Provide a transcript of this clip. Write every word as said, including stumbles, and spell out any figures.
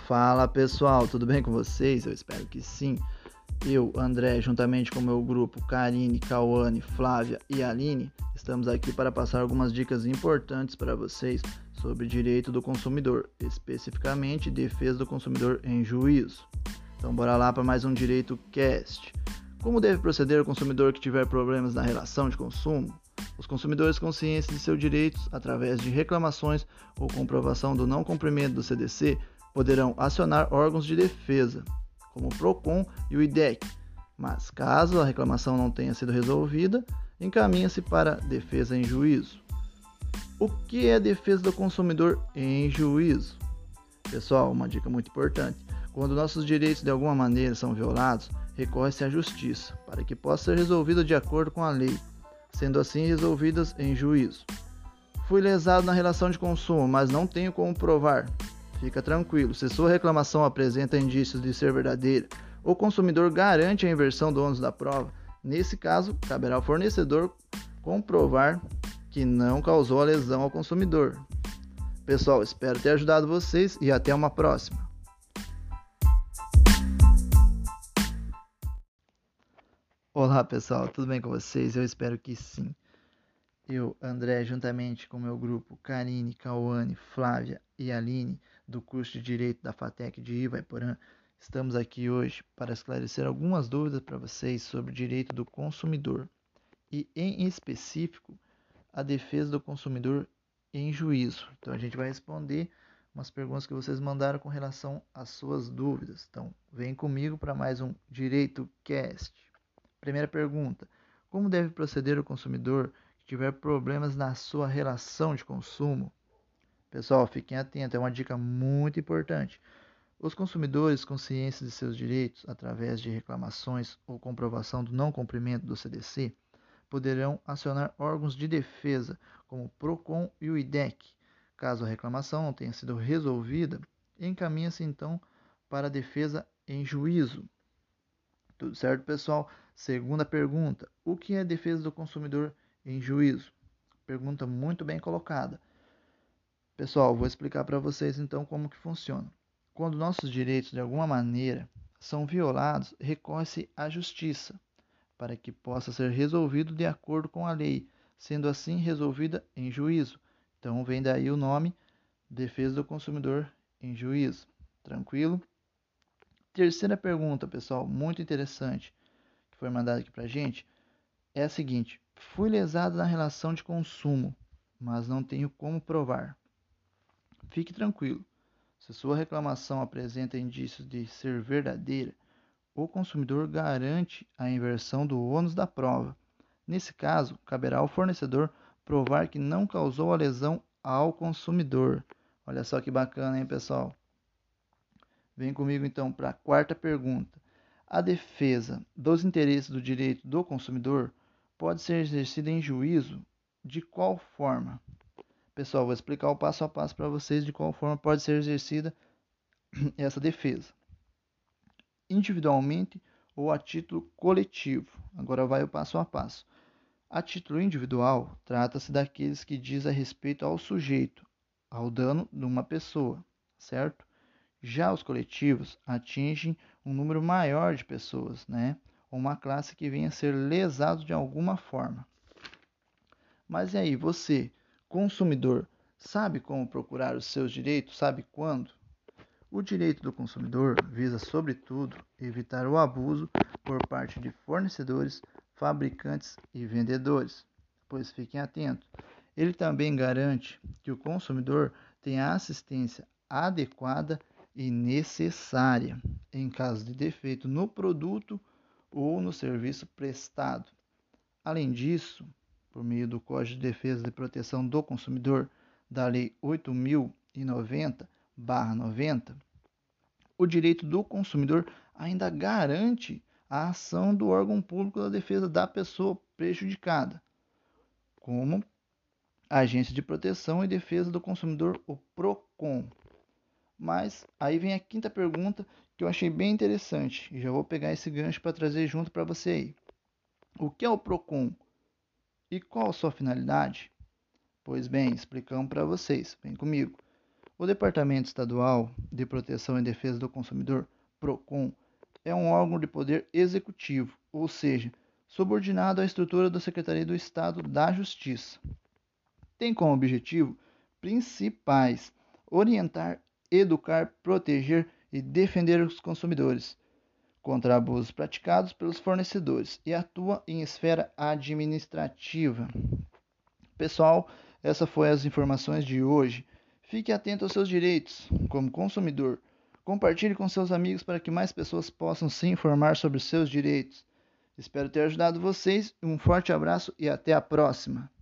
Fala pessoal, tudo bem com vocês? Eu espero que sim. Eu, André, juntamente com o meu grupo Karine, Cauane, Flávia e Aline, estamos aqui para passar algumas dicas importantes para vocês sobre direito do consumidor, especificamente defesa do consumidor em juízo. Então bora lá para mais um Direito Cast. Como deve proceder o consumidor que tiver problemas na relação de consumo? Os consumidores conscientes de seus direitos, através de reclamações ou comprovação do não cumprimento do C D C, poderão acionar órgãos de defesa, como o PROCON e o I D E C, mas caso a reclamação não tenha sido resolvida, encaminha-se para defesa em juízo. O que é defesa do consumidor em juízo? Pessoal, uma dica muito importante. Quando nossos direitos de alguma maneira são violados, recorre-se à justiça, para que possa ser resolvido de acordo com a lei, sendo assim resolvidas em juízo. Fui lesado na relação de consumo, mas não tenho como provar. Fica tranquilo, se sua reclamação apresenta indícios de ser verdadeira, o consumidor garante a inversão do ônus da prova. Nesse caso, caberá ao fornecedor comprovar que não causou a lesão ao consumidor. Pessoal, espero ter ajudado vocês e até uma próxima. Olá pessoal, tudo bem com vocês? Eu espero que sim. Eu, André, juntamente com meu grupo Karine, Cauane, Flávia e Aline, do curso de Direito da FATEC de Ivaiporã, estamos aqui hoje para esclarecer algumas dúvidas para vocês sobre o direito do consumidor e, em específico, a defesa do consumidor em juízo. Então, a gente vai responder umas perguntas que vocês mandaram com relação às suas dúvidas. Então, vem comigo para mais um Direito Cast. Primeira pergunta: como deve proceder o consumidor que tiver problemas na sua relação de consumo? Pessoal, fiquem atentos, é uma dica muito importante. Os consumidores conscientes de seus direitos, através de reclamações ou comprovação do não cumprimento do C D C, poderão acionar órgãos de defesa, como o PROCON e o I D E C. Caso a reclamação não tenha sido resolvida, encaminha-se então para a defesa em juízo. Tudo certo, pessoal? Segunda pergunta: o que é defesa do consumidor em juízo? Pergunta muito bem colocada. Pessoal, vou explicar para vocês então como que funciona. Quando nossos direitos de alguma maneira são violados, recorre-se à justiça, para que possa ser resolvido de acordo com a lei, sendo assim resolvida em juízo. Então vem daí o nome, defesa do consumidor em juízo. Tranquilo? Terceira pergunta, pessoal, muito interessante, que foi mandada aqui para a gente, é a seguinte: fui lesado na relação de consumo, mas não tenho como provar. Fique tranquilo, se sua reclamação apresenta indícios de ser verdadeira, o consumidor garante a inversão do ônus da prova. Nesse caso, caberá ao fornecedor provar que não causou a lesão ao consumidor. Olha só que bacana, hein, pessoal? Vem comigo então para a quarta pergunta. A defesa dos interesses do direito do consumidor pode ser exercida em juízo de qual forma? Pessoal, vou explicar o passo a passo para vocês de qual forma pode ser exercida essa defesa. Individualmente ou a título coletivo. Agora vai o passo a passo. A título individual, trata-se daqueles que diz a respeito ao sujeito, ao dano de uma pessoa, certo? Já os coletivos atingem um número maior de pessoas, né? Ou uma classe que venha a ser lesado de alguma forma. Mas e aí, você, consumidor, sabe como procurar os seus direitos? Sabe quando? O direito do consumidor visa, sobretudo, evitar o abuso por parte de fornecedores, fabricantes e vendedores. Pois fiquem atentos, ele também garante que o consumidor tenha assistência adequada e necessária em caso de defeito no produto ou no serviço prestado. Além disso, por meio do Código de Defesa e Proteção do Consumidor, da Lei oito mil e noventa barra noventa, o direito do consumidor ainda garante a ação do órgão público da defesa da pessoa prejudicada, como a Agência de Proteção e Defesa do Consumidor, o PROCON. Mas aí vem a quinta pergunta que eu achei bem interessante e já vou pegar esse gancho para trazer junto para você aí. O que é o PROCON e qual a sua finalidade? Pois bem, explicamos para vocês. Vem comigo. O Departamento Estadual de Proteção e Defesa do Consumidor, PROCON, é um órgão de poder executivo, ou seja, subordinado à estrutura da Secretaria do Estado da Justiça. Tem como objetivo principais orientar, educar, proteger e defender os consumidores contra abusos praticados pelos fornecedores e atua em esfera administrativa. Pessoal, essas foram as informações de hoje. Fique atento aos seus direitos como consumidor. Compartilhe com seus amigos para que mais pessoas possam se informar sobre seus direitos. Espero ter ajudado vocês. Um forte abraço e até a próxima!